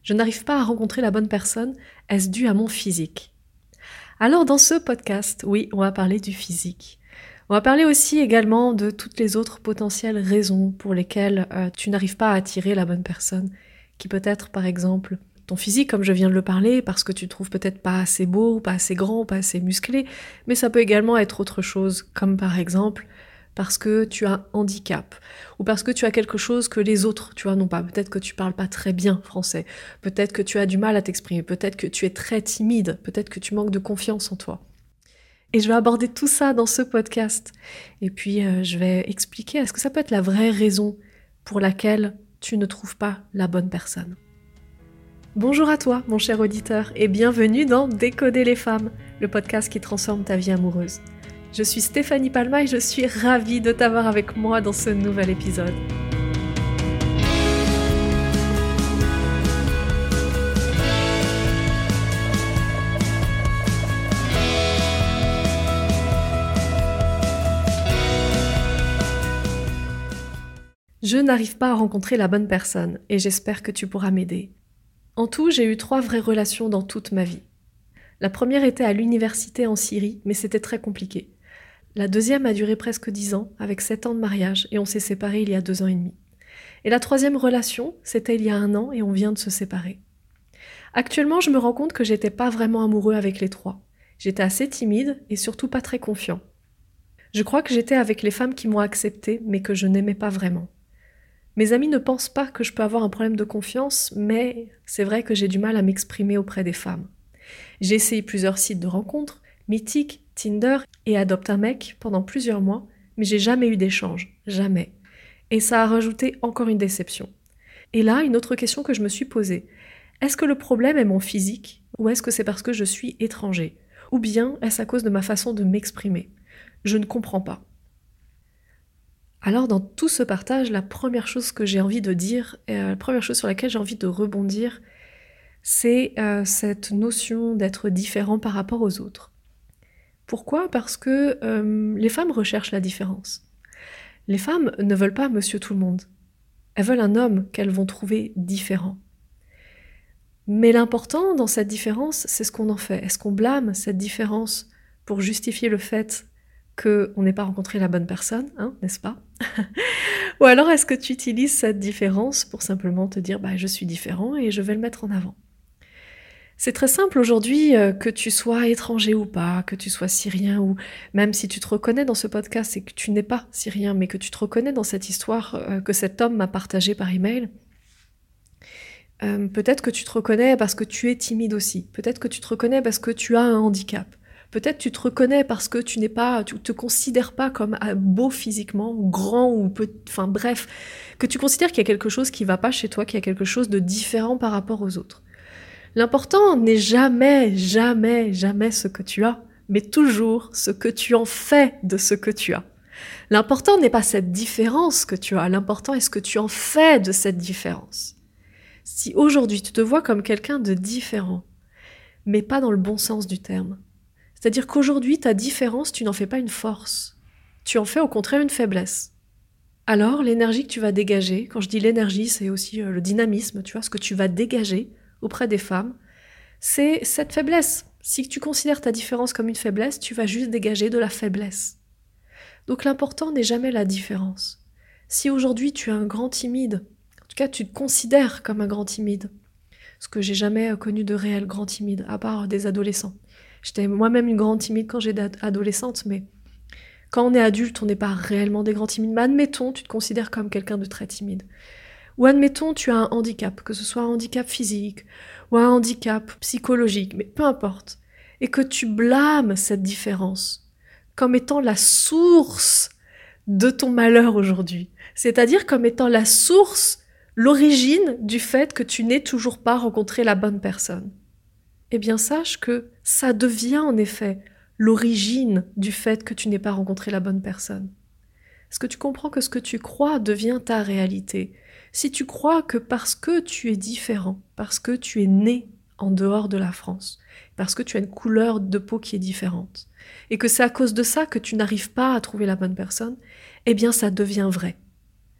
Je n'arrive pas à rencontrer la bonne personne, est-ce dû à mon physique ? Alors dans ce podcast, oui, on va parler du physique. On va parler aussi également de toutes les autres potentielles raisons pour lesquelles tu n'arrives pas à attirer la bonne personne, qui peut être par exemple ton physique, comme je viens de le parler, parce que tu trouves peut-être pas assez beau, pas assez grand, pas assez musclé, mais ça peut également être autre chose, comme par exemple parce que tu as un handicap, ou parce que tu as quelque chose que les autres, tu vois, n'ont pas. Peut-être que tu parles pas très bien français, peut-être que tu as du mal à t'exprimer, peut-être que tu es très timide, peut-être que tu manques de confiance en toi. Et je vais aborder tout ça dans ce podcast. Et puis, je vais expliquer, est-ce que ça peut être la vraie raison pour laquelle tu ne trouves pas la bonne personne ? Bonjour à toi, mon cher auditeur, et bienvenue dans Décoder les femmes, le podcast qui transforme ta vie amoureuse. Je suis Stéphanie Palma et je suis ravie de t'avoir avec moi dans ce nouvel épisode. Je n'arrive pas à rencontrer la bonne personne et j'espère que tu pourras m'aider. En tout, j'ai eu 3 vraies relations dans toute ma vie. La première était à l'université en Syrie, mais c'était très compliqué. La deuxième a duré presque 10 ans, avec 7 ans de mariage, et on s'est séparés il y a 2 ans et demi. Et la troisième relation, c'était il y a 1 an, et on vient de se séparer. Actuellement, je me rends compte que j'étais pas vraiment amoureux avec les 3. J'étais assez timide, et surtout pas très confiant. Je crois que j'étais avec les femmes qui m'ont accepté, mais que je n'aimais pas vraiment. Mes amis ne pensent pas que je peux avoir un problème de confiance, mais c'est vrai que j'ai du mal à m'exprimer auprès des femmes. J'ai essayé plusieurs sites de rencontres, Mythique, Tinder et Adopte un mec pendant plusieurs mois, mais j'ai jamais eu d'échange, jamais. Et ça a rajouté encore une déception. Et là, une autre question que je me suis posée. Est-ce que le problème est mon physique, ou est-ce que c'est parce que je suis étranger ? Ou bien est-ce à cause de ma façon de m'exprimer ? Je ne comprends pas. Alors dans tout ce partage, la première chose que j'ai envie de dire, la première chose sur laquelle j'ai envie de rebondir, c'est cette notion d'être différent par rapport aux autres. Pourquoi ? Parce que les femmes recherchent la différence. Les femmes ne veulent pas monsieur tout le monde. Elles veulent un homme qu'elles vont trouver différent. Mais l'important dans cette différence, c'est ce qu'on en fait. Est-ce qu'on blâme cette différence pour justifier le fait qu'on n'ait pas rencontré la bonne personne, n'est-ce pas ? Ou alors est-ce que tu utilises cette différence pour simplement te dire je suis différent et je vais le mettre en avant ? C'est très simple aujourd'hui, que tu sois étranger ou pas, que tu sois syrien ou même si tu te reconnais dans ce podcast et que tu n'es pas syrien, mais que tu te reconnais dans cette histoire que cet homme m'a partagée par email, peut-être que tu te reconnais parce que tu es timide aussi, peut-être que tu te reconnais parce que tu as un handicap. Peut-être tu te reconnais parce que tu te considères pas comme beau physiquement, ou grand, bref, que tu considères qu'il y a quelque chose qui va pas chez toi, qu'il y a quelque chose de différent par rapport aux autres. L'important n'est jamais, jamais, jamais ce que tu as, mais toujours ce que tu en fais de ce que tu as. L'important n'est pas cette différence que tu as, l'important est ce que tu en fais de cette différence. Si aujourd'hui tu te vois comme quelqu'un de différent, mais pas dans le bon sens du terme, c'est-à-dire qu'aujourd'hui, ta différence, tu n'en fais pas une force. Tu en fais au contraire une faiblesse. Alors, l'énergie que tu vas dégager, quand je dis l'énergie, c'est aussi le dynamisme, tu vois, ce que tu vas dégager auprès des femmes, c'est cette faiblesse. Si tu considères ta différence comme une faiblesse, tu vas juste dégager de la faiblesse. Donc l'important n'est jamais la différence. Si aujourd'hui tu es un grand timide, en tout cas tu te considères comme un grand timide, parce que j'ai jamais connu de réel grand timide, à part des adolescents. J'étais moi-même une grande timide quand j'étais adolescente, mais quand on est adulte, on n'est pas réellement des grands timides. Mais admettons, tu te considères comme quelqu'un de très timide. Ou admettons, tu as un handicap, que ce soit un handicap physique ou un handicap psychologique, mais peu importe. Et que tu blâmes cette différence comme étant la source de ton malheur aujourd'hui. C'est-à-dire comme étant la source, l'origine du fait que tu n'aies toujours pas rencontré la bonne personne. Eh bien, sache que ça devient en effet l'origine du fait que tu n'aies pas rencontré la bonne personne. Est-ce que tu comprends que ce que tu crois devient ta réalité ? Si tu crois que parce que tu es différent, parce que tu es né en dehors de la France, parce que tu as une couleur de peau qui est différente, et que c'est à cause de ça que tu n'arrives pas à trouver la bonne personne, eh bien ça devient vrai.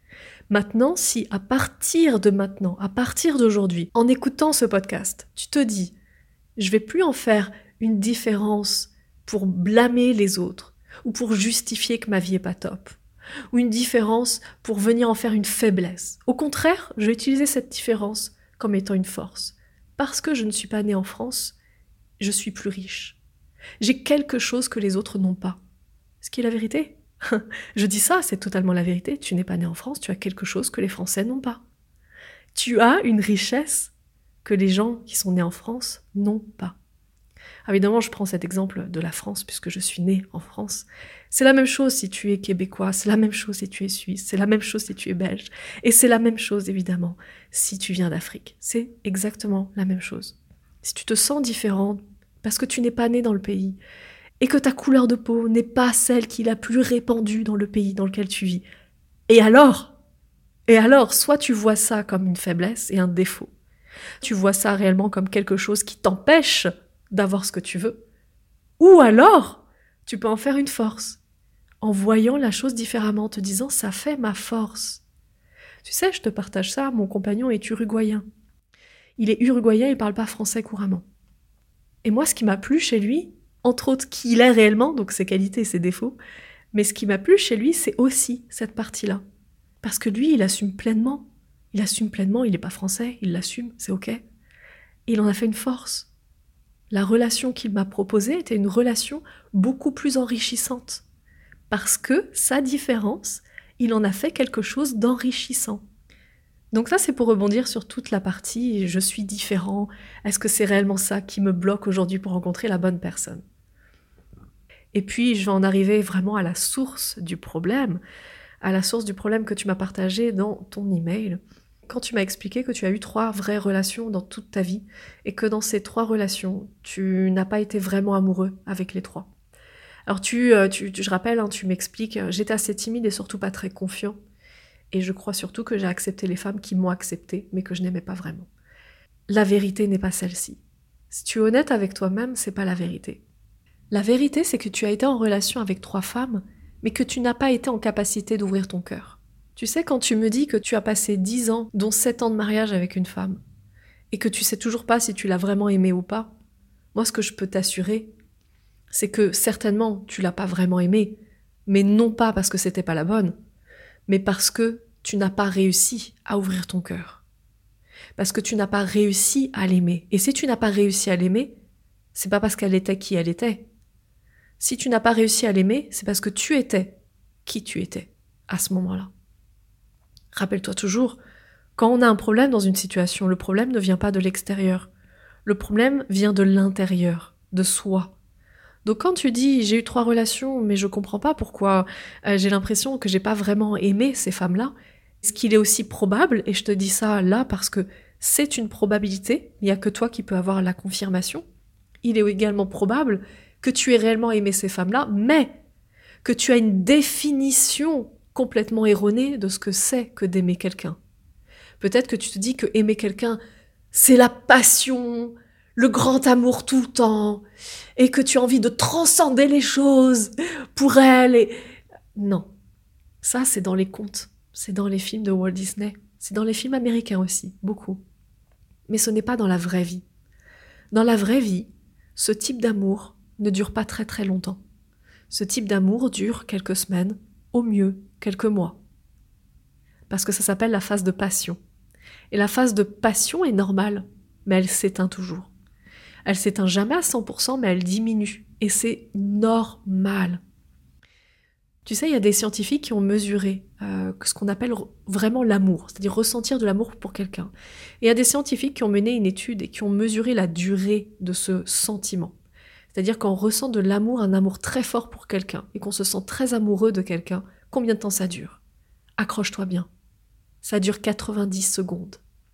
Maintenant, si à partir de maintenant, à partir d'aujourd'hui, en écoutant ce podcast, tu te dis « je vais plus en faire une différence pour blâmer les autres ou pour justifier que ma vie est pas top, ou une différence pour venir en faire une faiblesse. Au contraire, je vais utiliser cette différence comme étant une force. Parce que je ne suis pas née en France, je suis plus riche. J'ai quelque chose que les autres n'ont pas. » Ce qui est la vérité. Je dis ça, c'est totalement la vérité. Tu n'es pas né en France, tu as quelque chose que les Français n'ont pas. Tu as une richesse que les gens qui sont nés en France n'ont pas. Évidemment, je prends cet exemple de la France puisque je suis née en France. C'est la même chose si tu es québécois, c'est la même chose si tu es suisse, c'est la même chose si tu es belge. Et c'est la même chose, évidemment, si tu viens d'Afrique. C'est exactement la même chose. Si tu te sens différent parce que tu n'es pas né dans le pays, et que ta couleur de peau n'est pas celle qui est la plus répandue dans le pays dans lequel tu vis. Et alors, soit tu vois ça comme une faiblesse et un défaut. Tu vois ça réellement comme quelque chose qui t'empêche d'avoir ce que tu veux. Ou alors, tu peux en faire une force, en voyant la chose différemment, en te disant « ça fait ma force ». Tu sais, je te partage ça, mon compagnon est uruguayen. Il est uruguayen, il parle pas français couramment. Et moi, ce qui m'a plu chez lui, entre autres qui il est réellement, donc ses qualités et ses défauts, mais ce qui m'a plu chez lui, c'est aussi cette partie-là. Parce que lui, il assume pleinement. Il n'est pas français, il l'assume, c'est ok. Et il en a fait une force. La relation qu'il m'a proposée était une relation beaucoup plus enrichissante. Parce que sa différence, il en a fait quelque chose d'enrichissant. Donc ça, c'est pour rebondir sur toute la partie « je suis différent », est-ce que c'est réellement ça qui me bloque aujourd'hui pour rencontrer la bonne personne? Et puis, je vais en arriver vraiment à la source du problème que tu m'as partagé dans ton email, quand tu m'as expliqué que tu as eu 3 vraies relations dans toute ta vie, et que dans ces 3 relations, tu n'as pas été vraiment amoureux avec les 3. Alors je rappelle, tu m'expliques, j'étais assez timide et surtout pas très confiant, et je crois surtout que j'ai accepté les femmes qui m'ont accepté, mais que je n'aimais pas vraiment. La vérité n'est pas celle-ci. Si tu es honnête avec toi-même, c'est pas la vérité. La vérité, c'est que tu as été en relation avec 3 femmes, mais que tu n'as pas été en capacité d'ouvrir ton cœur. Tu sais, quand tu me dis que tu as passé 10 ans, dont 7 ans de mariage avec une femme, et que tu sais toujours pas si tu l'as vraiment aimée ou pas, moi ce que je peux t'assurer, c'est que certainement tu l'as pas vraiment aimée, mais non pas parce que c'était pas la bonne, mais parce que tu n'as pas réussi à ouvrir ton cœur. Parce que tu n'as pas réussi à l'aimer. Et si tu n'as pas réussi à l'aimer, c'est pas parce qu'elle était qui elle était. Si tu n'as pas réussi à l'aimer, c'est parce que tu étais qui tu étais à ce moment-là. Rappelle-toi toujours, quand on a un problème dans une situation, le problème ne vient pas de l'extérieur. Le problème vient de l'intérieur, de soi. Donc quand tu dis « j'ai eu 3 relations, mais je comprends pas pourquoi j'ai l'impression que j'ai pas vraiment aimé ces femmes-là », ce qu'il est aussi probable, et je te dis ça là parce que c'est une probabilité, il n'y a que toi qui peux avoir la confirmation, il est également probable que tu aies réellement aimé ces femmes-là, mais que tu as une définition complètement erronée de ce que c'est que d'aimer quelqu'un. Peut-être que tu te dis que aimer quelqu'un, c'est la passion, le grand amour tout le temps, et que tu as envie de transcender les choses pour elle. Et... Non, ça c'est dans les contes, c'est dans les films de Walt Disney, c'est dans les films américains aussi, beaucoup. Mais ce n'est pas dans la vraie vie. Dans la vraie vie, ce type d'amour ne dure pas très très longtemps. Ce type d'amour dure quelques semaines, au mieux quelques mois. Parce que ça s'appelle la phase de passion. Et la phase de passion est normale, mais elle s'éteint toujours. Elle s'éteint jamais à 100%, mais elle diminue. Et c'est normal. Tu sais, il y a des scientifiques qui ont mesuré ce qu'on appelle vraiment l'amour, c'est-à-dire ressentir de l'amour pour quelqu'un. Et il y a des scientifiques qui ont mené une étude et qui ont mesuré la durée de ce sentiment. C'est-à-dire quand on ressent de l'amour, un amour très fort pour quelqu'un, et qu'on se sent très amoureux de quelqu'un, combien de temps ça dure? Accroche-toi bien. Ça dure 90 secondes.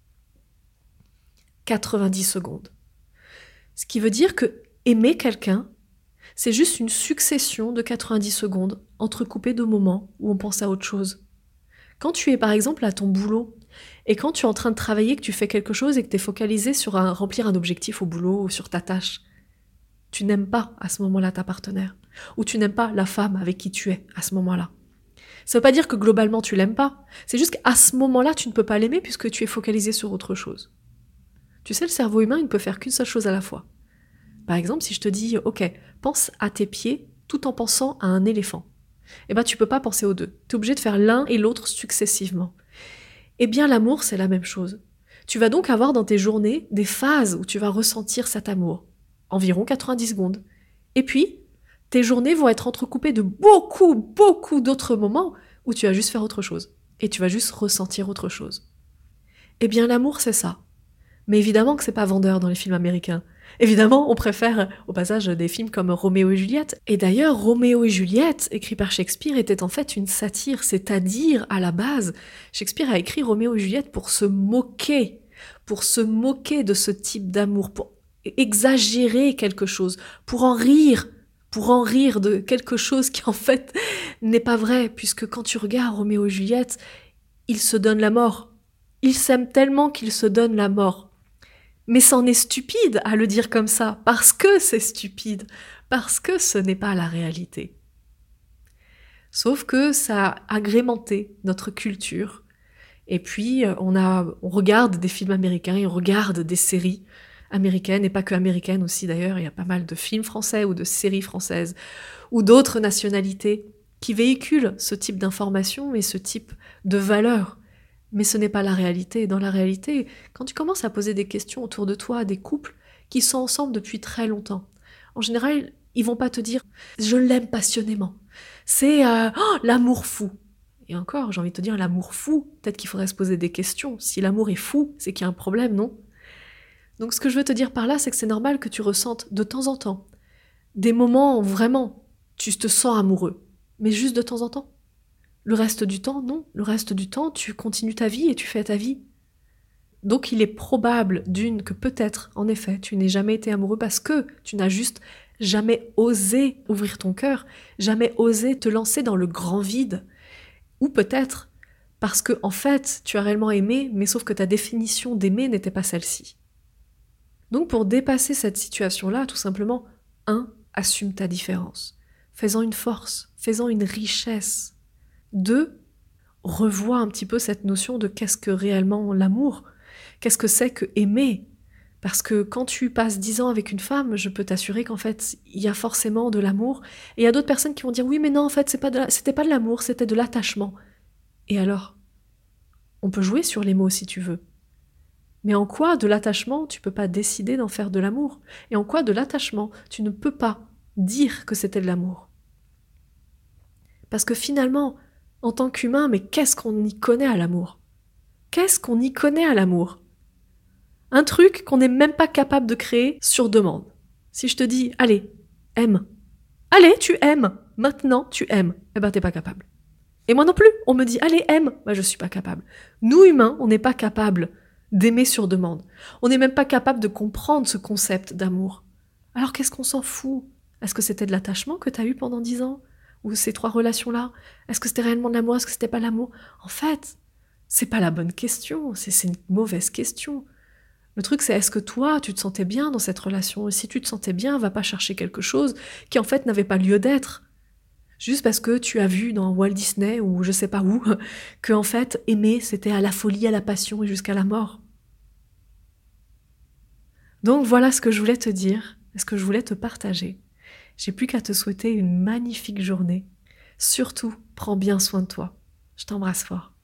90 secondes. Ce qui veut dire que aimer quelqu'un, c'est juste une succession de 90 secondes entrecoupées de moments où on pense à autre chose. Quand tu es par exemple à ton boulot, et quand tu es en train de travailler, que tu fais quelque chose et que tu es focalisé sur remplir un objectif au boulot ou sur ta tâche, tu n'aimes pas à ce moment-là ta partenaire, ou tu n'aimes pas la femme avec qui tu es à ce moment-là. Ça veut pas dire que globalement tu l'aimes pas. C'est juste qu'à ce moment-là, tu ne peux pas l'aimer puisque tu es focalisé sur autre chose. Tu sais, le cerveau humain, il ne peut faire qu'une seule chose à la fois. Par exemple, si je te dis, ok, pense à tes pieds tout en pensant à un éléphant. Eh ben, tu peux pas penser aux deux. Tu es obligé de faire l'un et l'autre successivement. Eh bien, l'amour, c'est la même chose. Tu vas donc avoir dans tes journées des phases où tu vas ressentir cet amour. Environ 90 secondes. Et puis, tes journées vont être entrecoupées de beaucoup d'autres moments où tu vas juste faire autre chose. Et tu vas juste ressentir autre chose. Eh bien, l'amour, c'est ça. Mais évidemment que c'est pas vendeur dans les films américains. Évidemment, on préfère au passage des films comme Roméo et Juliette. Et d'ailleurs, Roméo et Juliette, écrit par Shakespeare, était en fait une satire, c'est-à-dire, à la base, Shakespeare a écrit Roméo et Juliette pour se moquer de ce type d'amour, pour exagérer quelque chose, pour en rire de quelque chose qui en fait n'est pas vrai, puisque quand tu regardes Roméo et Juliette, ils se donnent la mort. Ils s'aiment tellement qu'ils se donnent la mort. Mais c'en est stupide à le dire comme ça, parce que c'est stupide, parce que ce n'est pas la réalité. Sauf que ça a agrémenté notre culture. Et puis, on regarde des films américains, et on regarde des séries américaines, et pas que américaines aussi d'ailleurs, il y a pas mal de films français ou de séries françaises, ou d'autres nationalités qui véhiculent ce type d'informations et ce type de valeurs. Mais ce n'est pas la réalité. Dans la réalité, quand tu commences à poser des questions autour de toi à des couples qui sont ensemble depuis très longtemps, en général, ils vont pas te dire « je l'aime passionnément ». C'est l'amour fou. Et encore, j'ai envie de te dire l'amour fou, peut-être qu'il faudrait se poser des questions. Si l'amour est fou, c'est qu'il y a un problème, non? Donc ce que je veux te dire par là, c'est que c'est normal que tu ressentes de temps en temps des moments où vraiment tu te sens amoureux, mais juste de temps en temps. Le reste du temps, non. Le reste du temps, tu continues ta vie et tu fais ta vie. Donc il est probable, que peut-être, en effet, tu n'aies jamais été amoureux parce que tu n'as juste jamais osé ouvrir ton cœur, jamais osé te lancer dans le grand vide. Ou peut-être parce que, en fait, tu as réellement aimé, mais sauf que ta définition d'aimer n'était pas celle-ci. Donc pour dépasser cette situation-là, tout simplement, 1. Assume ta différence. Fais-en une force, fais-en une richesse. 2. Revois un petit peu cette notion de qu'est-ce que réellement l'amour, qu'est-ce que c'est que aimer. Parce que quand tu passes 10 ans avec une femme, je peux t'assurer qu'en fait, il y a forcément de l'amour. Et il y a d'autres personnes qui vont dire, oui, mais non, en fait, c'était pas de l'amour, c'était de l'attachement. Et alors? On peut jouer sur les mots si tu veux. Mais en quoi de l'attachement, tu peux pas décider d'en faire de l'amour? Et en quoi de l'attachement, tu ne peux pas dire que c'était de l'amour? Parce que finalement, en tant qu'humain, mais qu'est-ce qu'on y connaît à l'amour? Qu'est-ce qu'on y connaît à l'amour? Un truc qu'on n'est même pas capable de créer sur demande. Si je te dis, allez, aime. Allez, tu aimes. Maintenant, tu aimes. Eh ben, t'es pas capable. Et moi non plus. On me dit, allez, aime. Ben, je suis pas capable. Nous, humains, on n'est pas capable d'aimer sur demande. On n'est même pas capable de comprendre ce concept d'amour. Alors qu'est-ce qu'on s'en fout? Est-ce que c'était de l'attachement que t'as eu pendant 10 ans? Ou ces 3 relations-là? Est-ce que c'était réellement de l'amour? Est-ce que c'était pas l'amour? En fait, c'est pas la bonne question. C'est une mauvaise question. Le truc, c'est est-ce que toi, tu te sentais bien dans cette relation? Et si tu te sentais bien, va pas chercher quelque chose qui en fait n'avait pas lieu d'être. Juste parce que tu as vu dans Walt Disney ou je sais pas où, que en fait, aimer, c'était à la folie, à la passion et jusqu'à la mort. Donc voilà ce que je voulais te dire, ce que je voulais te partager. J'ai plus qu'à te souhaiter une magnifique journée. Surtout, prends bien soin de toi. Je t'embrasse fort.